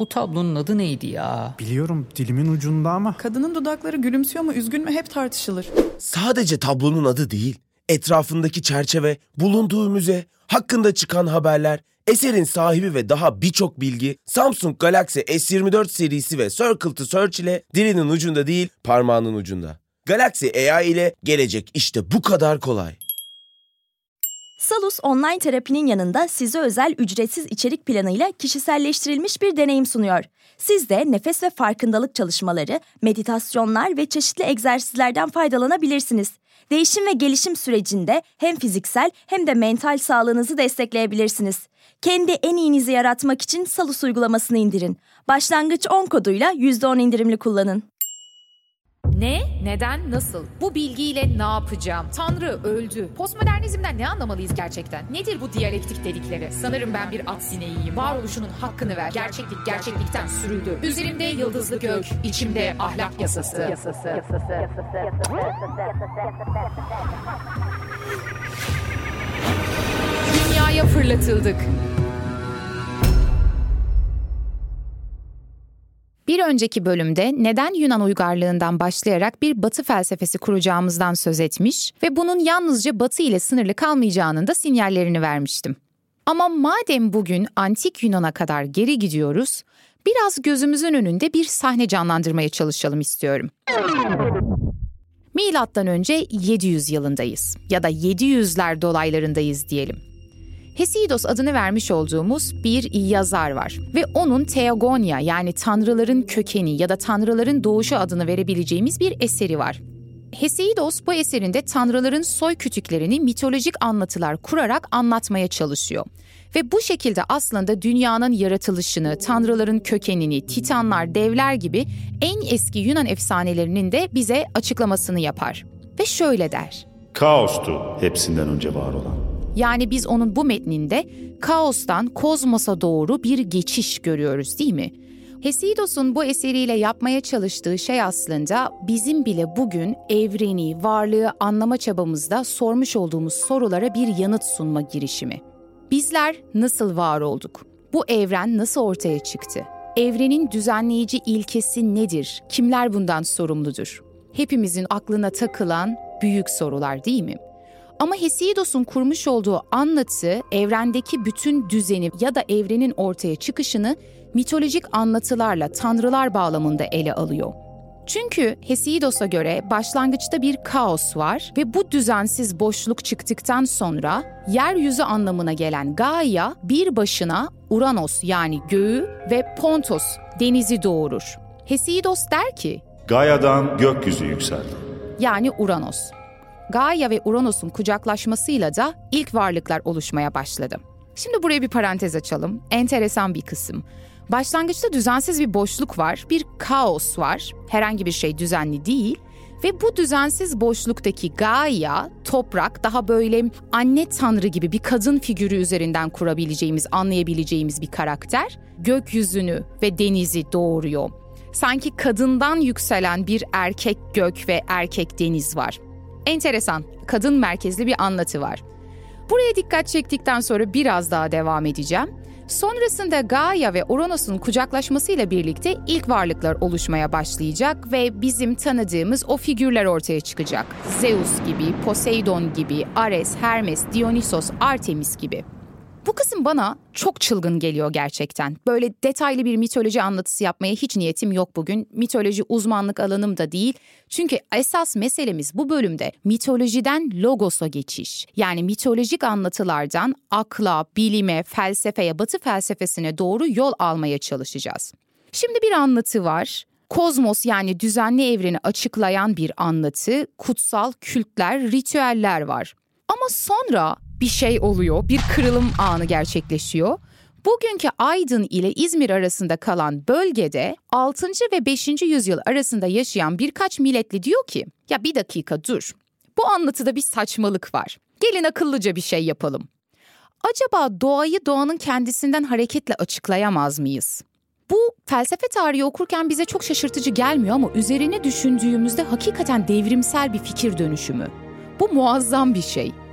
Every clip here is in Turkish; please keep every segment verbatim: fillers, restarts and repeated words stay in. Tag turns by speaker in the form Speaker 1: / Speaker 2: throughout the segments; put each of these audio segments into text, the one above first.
Speaker 1: Bu tablonun adı neydi ya?
Speaker 2: Biliyorum, dilimin ucunda ama.
Speaker 3: Kadının dudakları gülümsüyor mu, üzgün mü hep tartışılır.
Speaker 4: Sadece tablonun adı değil, etrafındaki çerçeve, bulunduğu müze, hakkında çıkan haberler, eserin sahibi ve daha birçok bilgi Samsung Galaxy S yirmi dört serisi ve Circle to Search ile dilinin ucunda değil, parmağının ucunda. Galaxy A I ile gelecek işte bu kadar kolay.
Speaker 5: Salus online terapinin yanında size özel ücretsiz içerik planıyla kişiselleştirilmiş bir deneyim sunuyor. Siz de nefes ve farkındalık çalışmaları, meditasyonlar ve çeşitli egzersizlerden faydalanabilirsiniz. Değişim ve gelişim sürecinde hem fiziksel hem de mental sağlığınızı destekleyebilirsiniz. Kendi en iyinizi yaratmak için Salus uygulamasını indirin. Başlangıç on koduyla yüzde on indirimli kullanın.
Speaker 6: Ne, neden, nasıl? Bu bilgiyle ne yapacağım? Tanrı öldü. Postmodernizmden ne anlamalıyız gerçekten? Nedir bu diyalektik dedikleri? Sanırım ben bir at sineğiyim. Varoluşunun hakkını ver. Gerçeklik gerçeklikten sürüldü. Üzerimde yıldızlı gök, içimde ahlak yasası. yasası. yasası. Dünyaya fırlatıldık. Bir önceki bölümde neden Yunan uygarlığından başlayarak bir Batı felsefesi kuracağımızdan söz etmiş ve bunun yalnızca Batı ile sınırlı kalmayacağının da sinyallerini vermiştim. Ama madem bugün antik Yunan'a kadar geri gidiyoruz, biraz gözümüzün önünde bir sahne canlandırmaya çalışalım istiyorum. Milattan önce yedi yüz yılındayız ya da yedi yüzler dolaylarındayız diyelim. Hesiod adını vermiş olduğumuz bir yazar var ve onun Theogonia yani tanrıların kökeni ya da tanrıların doğuşu adını verebileceğimiz bir eseri var. Hesiod bu eserinde tanrıların soy kütüklerini mitolojik anlatılar kurarak anlatmaya çalışıyor. Ve bu şekilde aslında dünyanın yaratılışını, tanrıların kökenini, titanlar, devler gibi en eski Yunan efsanelerinin de bize açıklamasını yapar. Ve şöyle der.
Speaker 7: Kaostu hepsinden önce var olan.
Speaker 6: Yani biz onun bu metninde kaostan kozmosa doğru bir geçiş görüyoruz değil mi? Hesiodos'un bu eseriyle yapmaya çalıştığı şey aslında bizim bile bugün evreni, varlığı anlama çabamızda sormuş olduğumuz sorulara bir yanıt sunma girişimi. Bizler nasıl var olduk? Bu evren nasıl ortaya çıktı? Evrenin düzenleyici ilkesi nedir? Kimler bundan sorumludur? Hepimizin aklına takılan büyük sorular değil mi? Ama Hesiodos'un kurmuş olduğu anlatı evrendeki bütün düzeni ya da evrenin ortaya çıkışını mitolojik anlatılarla tanrılar bağlamında ele alıyor. Çünkü Hesiodos'a göre başlangıçta bir kaos var ve bu düzensiz boşluk çıktıktan sonra yeryüzü anlamına gelen Gaia bir başına Uranos yani göğü ve Pontos denizi doğurur. Hesiodos der ki,
Speaker 7: Gaia'dan gökyüzü yükseldi.
Speaker 6: Yani Uranos. Gaia ve Uranos'un kucaklaşmasıyla da ilk varlıklar oluşmaya başladı. Şimdi buraya bir parantez açalım. Enteresan bir kısım. Başlangıçta düzensiz bir boşluk var, bir kaos var. Herhangi bir şey düzenli değil. Ve bu düzensiz boşluktaki Gaia, toprak, daha böyle anne tanrı gibi bir kadın figürü üzerinden kurabileceğimiz, anlayabileceğimiz bir karakter, gökyüzünü ve denizi doğuruyor. Sanki kadından yükselen bir erkek gök ve erkek deniz var. Enteresan, kadın merkezli bir anlatı var. Buraya dikkat çektikten sonra biraz daha devam edeceğim. Sonrasında Gaia ve Uranos'un kucaklaşmasıyla birlikte ilk varlıklar oluşmaya başlayacak ve bizim tanıdığımız o figürler ortaya çıkacak. Zeus gibi, Poseidon gibi, Ares, Hermes, Dionysos, Artemis gibi. Bu kısım bana çok çılgın geliyor gerçekten. Böyle detaylı bir mitoloji anlatısı yapmaya hiç niyetim yok bugün. Mitoloji uzmanlık alanım da değil. Çünkü esas meselemiz bu bölümde mitolojiden logosa geçiş. Yani mitolojik anlatılardan akla, bilime, felsefeye, Batı felsefesine doğru yol almaya çalışacağız. Şimdi bir anlatı var. Kozmos yani düzenli evreni açıklayan bir anlatı, kutsal kültler, ritüeller var. Ama sonra bir şey oluyor, bir kırılım anı gerçekleşiyor. Bugünkü Aydın ile İzmir arasında kalan bölgede altıncı ve beşinci yüzyıl arasında yaşayan birkaç milletli diyor ki, ya bir dakika dur, bu anlatıda bir saçmalık var. Gelin akıllıca bir şey yapalım. Acaba doğayı doğanın kendisinden hareketle açıklayamaz mıyız? Bu felsefe tarihi okurken bize çok şaşırtıcı gelmiyor ama üzerine düşündüğümüzde hakikaten devrimsel bir fikir dönüşümü. Bu muazzam bir şey.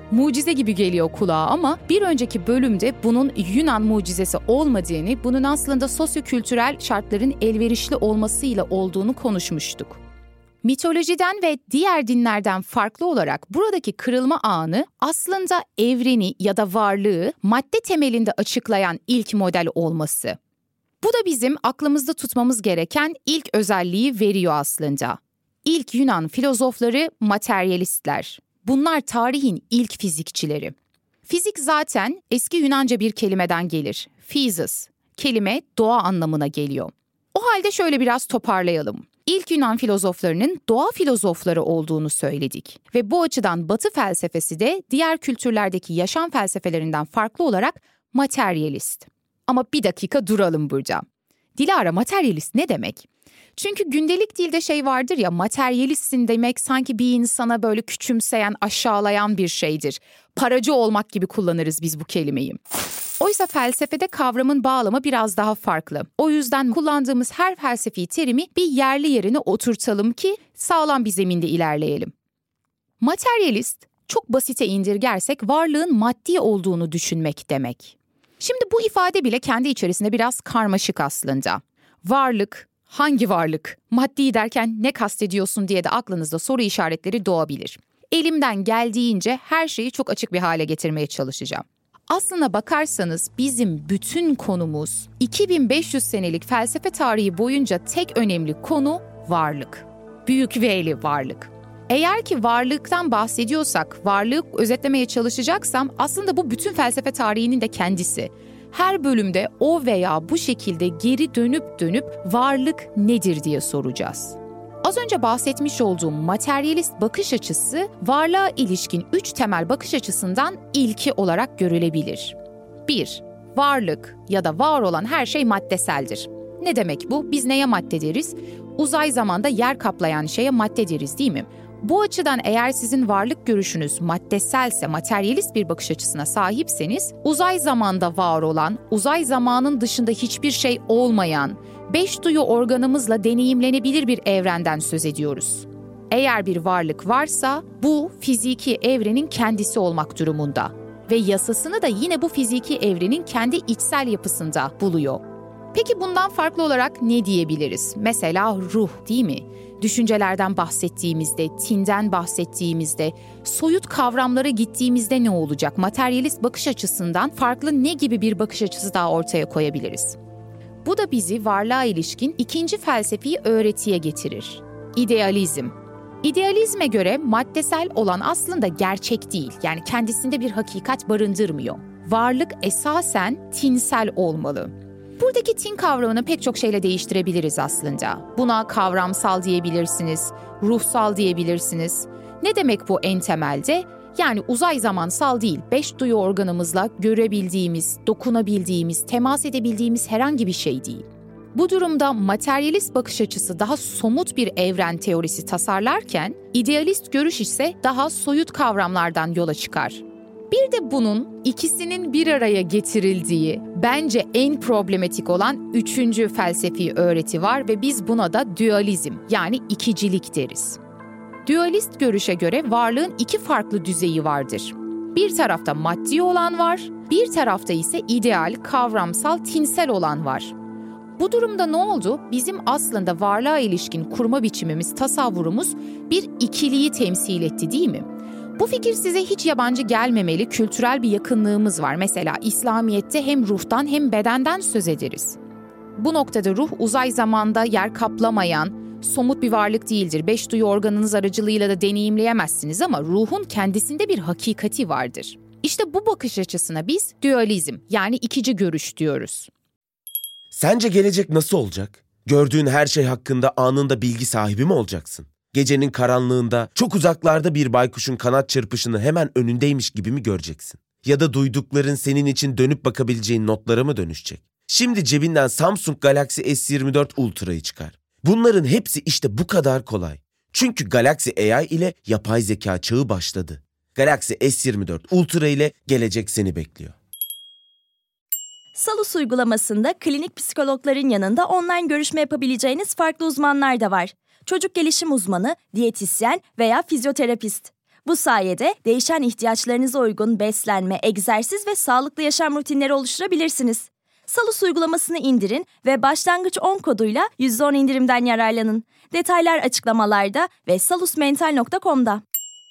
Speaker 6: mucize gibi geliyor kulağa ama bir önceki bölümde bunun Yunan mucizesi olmadığını, bunun aslında sosyokültürel şartların elverişli olmasıyla olduğunu konuşmuştuk. Mitolojiden ve diğer dinlerden farklı olarak buradaki kırılma anı aslında evreni ya da varlığı madde temelinde açıklayan ilk model olması. Bu da bizim aklımızda tutmamız gereken ilk özelliği veriyor aslında. İlk Yunan filozofları materyalistler. Bunlar tarihin ilk fizikçileri. Fizik zaten eski Yunanca bir kelimeden gelir. Physis. Kelime doğa anlamına geliyor. O halde şöyle biraz toparlayalım. İlk Yunan filozoflarının doğa filozofları olduğunu söyledik. Ve bu açıdan Batı felsefesi de diğer kültürlerdeki yaşam felsefelerinden farklı olarak materyalist. Ama bir dakika duralım burada. Dilara, materyalist ne demek? Çünkü gündelik dilde şey vardır ya, materyalistsin demek sanki bir insana böyle küçümseyen, aşağılayan bir şeydir. Paracı olmak gibi kullanırız biz bu kelimeyi. Oysa felsefede kavramın bağlamı biraz daha farklı. O yüzden kullandığımız her felsefi terimi bir yerli yerine oturtalım ki sağlam bir zeminde ilerleyelim. Materyalist, çok basite indirgersek varlığın maddi olduğunu düşünmek demek. Şimdi bu ifade bile kendi içerisinde biraz karmaşık aslında. Varlık, hangi varlık? Maddi derken ne kastediyorsun diye de aklınızda soru işaretleri doğabilir. Elimden geldiğince her şeyi çok açık bir hale getirmeye çalışacağım. Aslına bakarsanız bizim bütün konumuz iki bin beş yüz senelik felsefe tarihi boyunca tek önemli konu varlık. Büyük V'li varlık. Eğer ki varlıktan bahsediyorsak, varlığı özetlemeye çalışacaksam aslında bu bütün felsefe tarihinin de kendisi. Her bölümde o veya bu şekilde geri dönüp dönüp varlık nedir diye soracağız. Az önce bahsetmiş olduğum materyalist bakış açısı varlığa ilişkin üç temel bakış açısından ilki olarak görülebilir. bir. Varlık ya da var olan her şey maddeseldir. Ne demek bu? Biz neye madde deriz? Uzay zamanda yer kaplayan şeye madde deriz, değil mi? Bu açıdan eğer sizin varlık görüşünüz maddeselse, materyalist bir bakış açısına sahipseniz, uzay zamanda var olan, uzay zamanın dışında hiçbir şey olmayan, beş duyu organımızla deneyimlenebilir bir evrenden söz ediyoruz. Eğer bir varlık varsa, bu fiziki evrenin kendisi olmak durumunda ve yasasını da yine bu fiziki evrenin kendi içsel yapısında buluyor. Peki bundan farklı olarak ne diyebiliriz? Mesela ruh, değil mi? Düşüncelerden bahsettiğimizde, tinden bahsettiğimizde, soyut kavramlara gittiğimizde ne olacak? Materyalist bakış açısından farklı ne gibi bir bakış açısı daha ortaya koyabiliriz? Bu da bizi varlığa ilişkin ikinci felsefi öğretiye getirir. İdealizm. İdealizme göre maddesel olan aslında gerçek değil, yani kendisinde bir hakikat barındırmıyor. Varlık esasen tinsel olmalı. Buradaki tin kavramını pek çok şeyle değiştirebiliriz aslında. Buna kavramsal diyebilirsiniz, ruhsal diyebilirsiniz. Ne demek bu en temelde? Yani uzay zamansal değil, beş duyu organımızla görebildiğimiz, dokunabildiğimiz, temas edebildiğimiz herhangi bir şey değil. Bu durumda materyalist bakış açısı daha somut bir evren teorisi tasarlarken, idealist görüş ise daha soyut kavramlardan yola çıkar. Bir de bunun ikisinin bir araya getirildiği, bence en problematik olan üçüncü felsefi öğreti var ve biz buna da dualizm, yani ikicilik deriz. Dualist görüşe göre varlığın iki farklı düzeyi vardır. Bir tarafta maddi olan var, bir tarafta ise ideal, kavramsal, tinsel olan var. Bu durumda ne oldu? Bizim aslında varlığa ilişkin kurma biçimimiz, tasavvurumuz bir ikiliği temsil etti, değil mi? Bu fikir size hiç yabancı gelmemeli, kültürel bir yakınlığımız var. Mesela İslamiyet'te hem ruhtan hem bedenden söz ederiz. Bu noktada ruh uzay zamanda yer kaplamayan, somut bir varlık değildir. Beş duyu organınız aracılığıyla da deneyimleyemezsiniz ama ruhun kendisinde bir hakikati vardır. İşte bu bakış açısına biz dualizm, yani ikici görüş diyoruz.
Speaker 4: Sence gelecek nasıl olacak? Gördüğün her şey hakkında anında bilgi sahibi mi olacaksın? Gecenin karanlığında çok uzaklarda bir baykuşun kanat çırpışını hemen önündeymiş gibi mi göreceksin? Ya da duydukların senin için dönüp bakabileceğin notlara mı dönüşecek? Şimdi cebinden Samsung Galaxy S yirmi dört Ultra'yı çıkar. Bunların hepsi işte bu kadar kolay. Çünkü Galaxy A I ile yapay zeka çağı başladı. Galaxy S yirmi dört Ultra ile gelecek seni bekliyor.
Speaker 5: Salus uygulamasında klinik psikologların yanında online görüşme yapabileceğiniz farklı uzmanlar da var. Çocuk gelişim uzmanı, diyetisyen veya fizyoterapist. Bu sayede değişen ihtiyaçlarınıza uygun beslenme, egzersiz ve sağlıklı yaşam rutinleri oluşturabilirsiniz. Salus uygulamasını indirin ve başlangıç on koduyla yüzde on indirimden yararlanın. Detaylar açıklamalarda ve salus mental nokta com'da.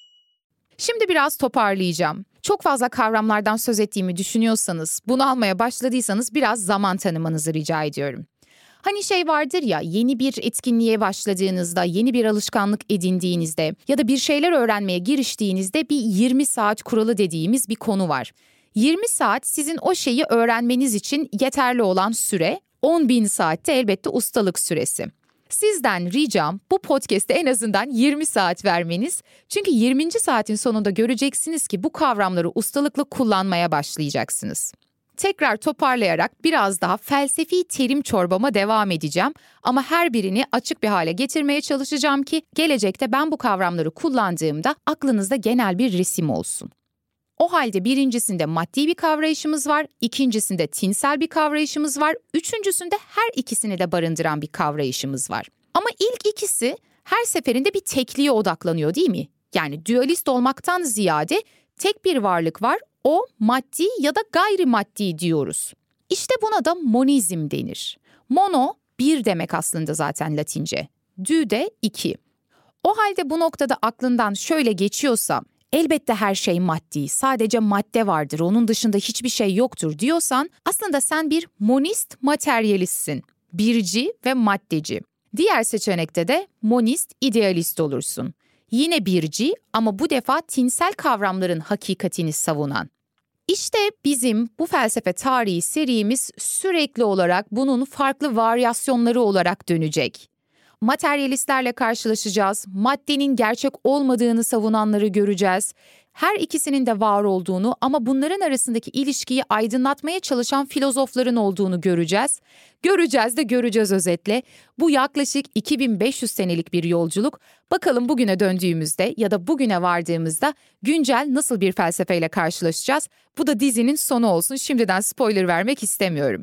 Speaker 6: Şimdi biraz toparlayacağım. Çok fazla kavramlardan söz ettiğimi düşünüyorsanız, bunu almaya başladıysanız biraz zaman tanımanızı rica ediyorum. Hani şey vardır ya, yeni bir etkinliğe başladığınızda, yeni bir alışkanlık edindiğinizde ya da bir şeyler öğrenmeye giriştiğinizde bir yirmi saat kuralı dediğimiz bir konu var. yirmi saat sizin o şeyi öğrenmeniz için yeterli olan süre, on bin saatte elbette ustalık süresi. Sizden ricam bu podcast'te en azından yirmi saat vermeniz. Çünkü yirminci saatin sonunda göreceksiniz ki bu kavramları ustalıkla kullanmaya başlayacaksınız. Tekrar toparlayarak biraz daha felsefi terim çorbama devam edeceğim ama her birini açık bir hale getirmeye çalışacağım ki gelecekte ben bu kavramları kullandığımda aklınızda genel bir resim olsun. O halde birincisinde maddi bir kavrayışımız var, ikincisinde tinsel bir kavrayışımız var, üçüncüsünde her ikisini de barındıran bir kavrayışımız var. Ama ilk ikisi her seferinde bir tekliğe odaklanıyor değil mi? Yani dualist olmaktan ziyade tek bir varlık var, o maddi ya da gayrimaddi diyoruz. İşte buna da monizm denir. Mono, bir demek aslında zaten Latince. Dü de iki. O halde bu noktada aklından şöyle geçiyorsa, elbette her şey maddi, sadece madde vardır, onun dışında hiçbir şey yoktur diyorsan aslında sen bir monist materyalistsin. Birci ve maddeci. Diğer seçenekte de monist idealist olursun. Yine birci ama bu defa tinsel kavramların hakikatini savunan. İşte bizim bu felsefe tarihi serimiz sürekli olarak bunun farklı varyasyonları olarak dönecek. Materyalistlerle karşılaşacağız, maddenin gerçek olmadığını savunanları göreceğiz. Her ikisinin de var olduğunu ama bunların arasındaki ilişkiyi aydınlatmaya çalışan filozofların olduğunu göreceğiz. Göreceğiz de göreceğiz özetle. Bu yaklaşık iki bin beş yüz senelik bir yolculuk. Bakalım bugüne döndüğümüzde ya da bugüne vardığımızda güncel nasıl bir felsefeyle karşılaşacağız? Bu da dizinin sonu olsun. Şimdiden spoiler vermek istemiyorum.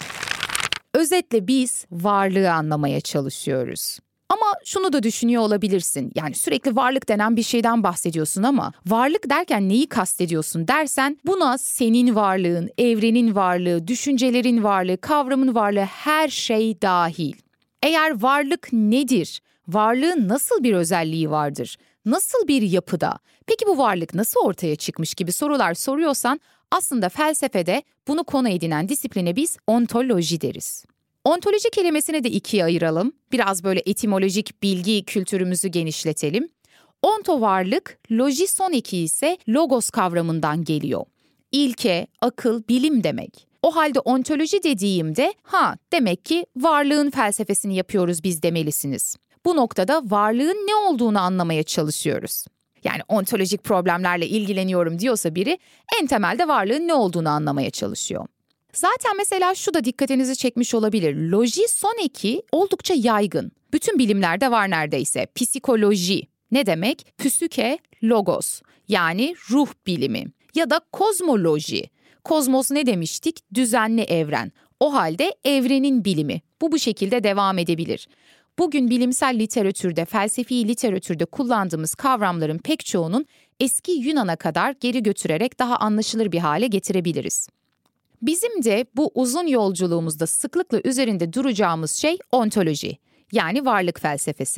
Speaker 6: Özetle biz varlığı anlamaya çalışıyoruz. Ama şunu da düşünüyor olabilirsin. Yani sürekli varlık denen bir şeyden bahsediyorsun ama varlık derken neyi kastediyorsun dersen buna senin varlığın, evrenin varlığı, düşüncelerin varlığı, kavramın varlığı her şey dahil. Eğer varlık nedir? Varlığın nasıl bir özelliği vardır? Nasıl bir yapıda? Peki bu varlık nasıl ortaya çıkmış gibi sorular soruyorsan aslında felsefede bunu konu edinen disipline biz ontoloji deriz. Ontoloji kelimesini de ikiye ayıralım. Biraz böyle etimolojik bilgi kültürümüzü genişletelim. Onto varlık, loji son eki ise logos kavramından geliyor. İlke, akıl, bilim demek. O halde ontoloji dediğimde ha demek ki varlığın felsefesini yapıyoruz biz demelisiniz. Bu noktada varlığın ne olduğunu anlamaya çalışıyoruz. Yani ontolojik problemlerle ilgileniyorum diyorsa biri en temelde varlığın ne olduğunu anlamaya çalışıyor. Zaten mesela şu da dikkatinizi çekmiş olabilir. Loji son eki oldukça yaygın. Bütün bilimlerde var neredeyse. Psikoloji ne demek? Psüke, logos yani ruh bilimi. Ya da kozmoloji. Kozmos ne demiştik? Düzenli evren. O halde evrenin bilimi. Bu bu şekilde devam edebilir. Bugün bilimsel literatürde, felsefi literatürde kullandığımız kavramların pek çoğunun eski Yunan'a kadar geri götürerek daha anlaşılır bir hale getirebiliriz. Bizim de bu uzun yolculuğumuzda sıklıkla üzerinde duracağımız şey ontoloji, yani varlık felsefesi.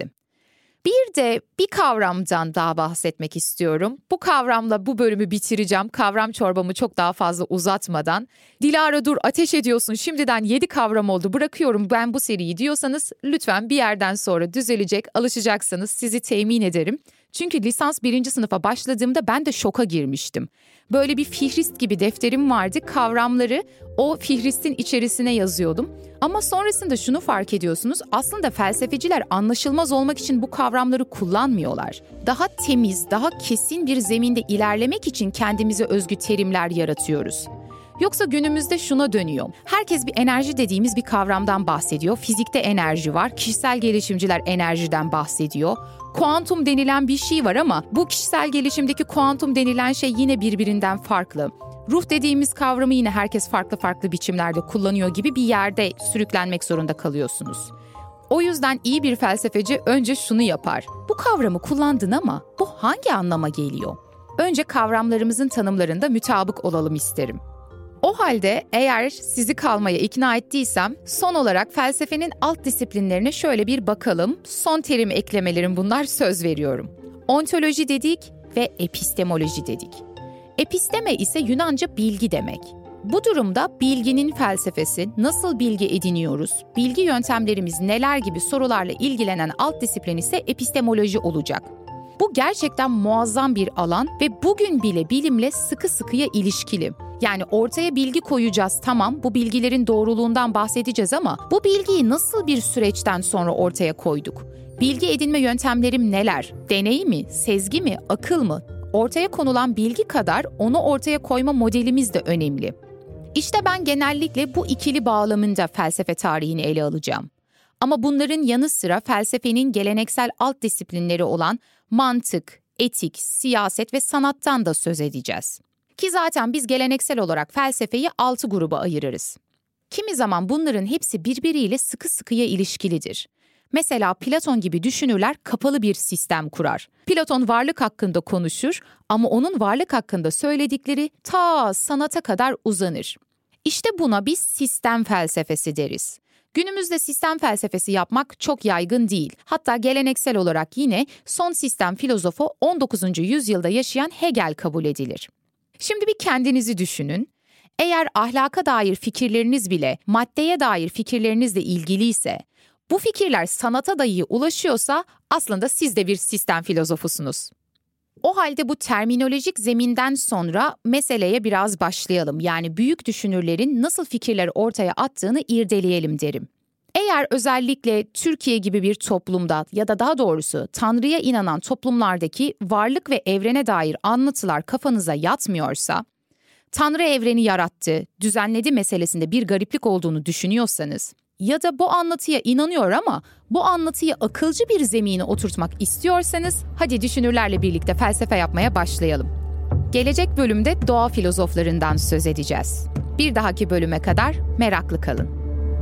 Speaker 6: Bir de bir kavramdan daha bahsetmek istiyorum. Bu kavramla bu bölümü bitireceğim. Kavram çorbamı çok daha fazla uzatmadan. Dilara dur ateş ediyorsun şimdiden yedi kavram oldu bırakıyorum ben bu seriyi diyorsanız lütfen bir yerden sonra düzelecek, alışacaksınız sizi temin ederim. Çünkü lisans birinci sınıfa başladığımda ben de şoka girmiştim. Böyle bir fihrist gibi defterim vardı, kavramları o fihristin içerisine yazıyordum. Ama sonrasında şunu fark ediyorsunuz, aslında felsefeciler anlaşılmaz olmak için bu kavramları kullanmıyorlar. Daha temiz, daha kesin bir zeminde ilerlemek için kendimize özgü terimler yaratıyoruz. Yoksa günümüzde şuna dönüyor. Herkes bir enerji dediğimiz bir kavramdan bahsediyor. Fizikte enerji var, kişisel gelişimciler enerjiden bahsediyor. Kuantum denilen bir şey var ama bu kişisel gelişimdeki kuantum denilen şey yine birbirinden farklı. Ruh dediğimiz kavramı yine herkes farklı farklı biçimlerde kullanıyor gibi bir yerde sürüklenmek zorunda kalıyorsunuz. O yüzden iyi bir felsefeci önce şunu yapar. Bu kavramı kullandın ama bu hangi anlama geliyor? önce kavramlarımızın tanımlarında mütabık olalım isterim. O halde eğer sizi kalmaya ikna ettiysem son olarak felsefenin alt disiplinlerine şöyle bir bakalım. Son terim eklemelerim bunlar, söz veriyorum. Ontoloji dedik ve epistemoloji dedik. Episteme ise Yunanca bilgi demek. Bu durumda bilginin felsefesi, nasıl bilgi ediniyoruz, bilgi yöntemlerimiz neler gibi sorularla ilgilenen alt disiplin ise epistemoloji olacak. Bu gerçekten muazzam bir alan ve bugün bile bilimle sıkı sıkıya ilişkili. Yani ortaya bilgi koyacağız, tamam, bu bilgilerin doğruluğundan bahsedeceğiz ama bu bilgiyi nasıl bir süreçten sonra ortaya koyduk? Bilgi edinme yöntemlerim neler? Deney mi, sezgi mi, akıl mı? Ortaya konulan bilgi kadar onu ortaya koyma modelimiz de önemli. İşte ben genellikle bu ikili bağlamında felsefe tarihini ele alacağım. Ama bunların yanı sıra felsefenin geleneksel alt disiplinleri olan mantık, etik, siyaset ve sanattan da söz edeceğiz. Ki zaten biz geleneksel olarak felsefeyi altı gruba ayırırız. Kimi zaman bunların hepsi birbiriyle sıkı sıkıya ilişkilidir. Mesela Platon gibi düşünürler kapalı bir sistem kurar. Platon varlık hakkında konuşur ama onun varlık hakkında söyledikleri ta sanata kadar uzanır. İşte buna biz sistem felsefesi deriz. Günümüzde sistem felsefesi yapmak çok yaygın değil. Hatta geleneksel olarak yine son sistem filozofu on dokuzuncu yüzyılda yaşayan Hegel kabul edilir. Şimdi bir kendinizi düşünün. Eğer ahlaka dair fikirleriniz bile maddeye dair fikirlerinizle ilgiliyse, bu fikirler sanata dahi ulaşıyorsa aslında siz de bir sistem filozofusunuz. O halde bu terminolojik zeminden sonra meseleye biraz başlayalım. Yani büyük düşünürlerin nasıl fikirler ortaya attığını irdeleyelim derim. Eğer özellikle Türkiye gibi bir toplumda ya da daha doğrusu Tanrı'ya inanan toplumlardaki varlık ve evrene dair anlatılar kafanıza yatmıyorsa, Tanrı evreni yarattı, düzenledi meselesinde bir gariplik olduğunu düşünüyorsanız ya da bu anlatıya inanıyor ama bu anlatıyı akılcı bir zemine oturtmak istiyorsanız hadi düşünürlerle birlikte felsefe yapmaya başlayalım. Gelecek bölümde doğa filozoflarından söz edeceğiz. Bir dahaki bölüme kadar meraklı kalın.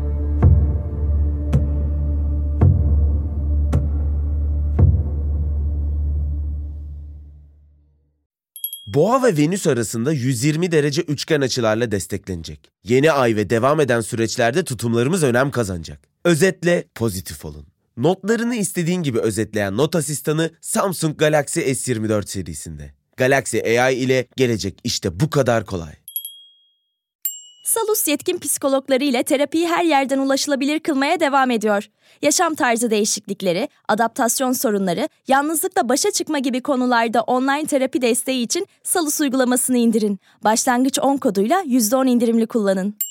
Speaker 4: Boğa ve Venüs arasında yüz yirmi derece üçgen açılarla desteklenecek. Yeni ay ve devam eden süreçlerde tutumlarımız önem kazanacak. Özetle pozitif olun. Notlarını istediğin gibi özetleyen not asistanı Samsung Galaxy S yirmi dört serisinde. Galaxy A I ile gelecek işte bu kadar kolay.
Speaker 5: Salus yetkin psikologları ile terapiyi her yerden ulaşılabilir kılmaya devam ediyor. Yaşam tarzı değişiklikleri, adaptasyon sorunları, yalnızlıkla başa çıkma gibi konularda online terapi desteği için Salus uygulamasını indirin. Başlangıç on koduyla yüzde on indirimli kullanın.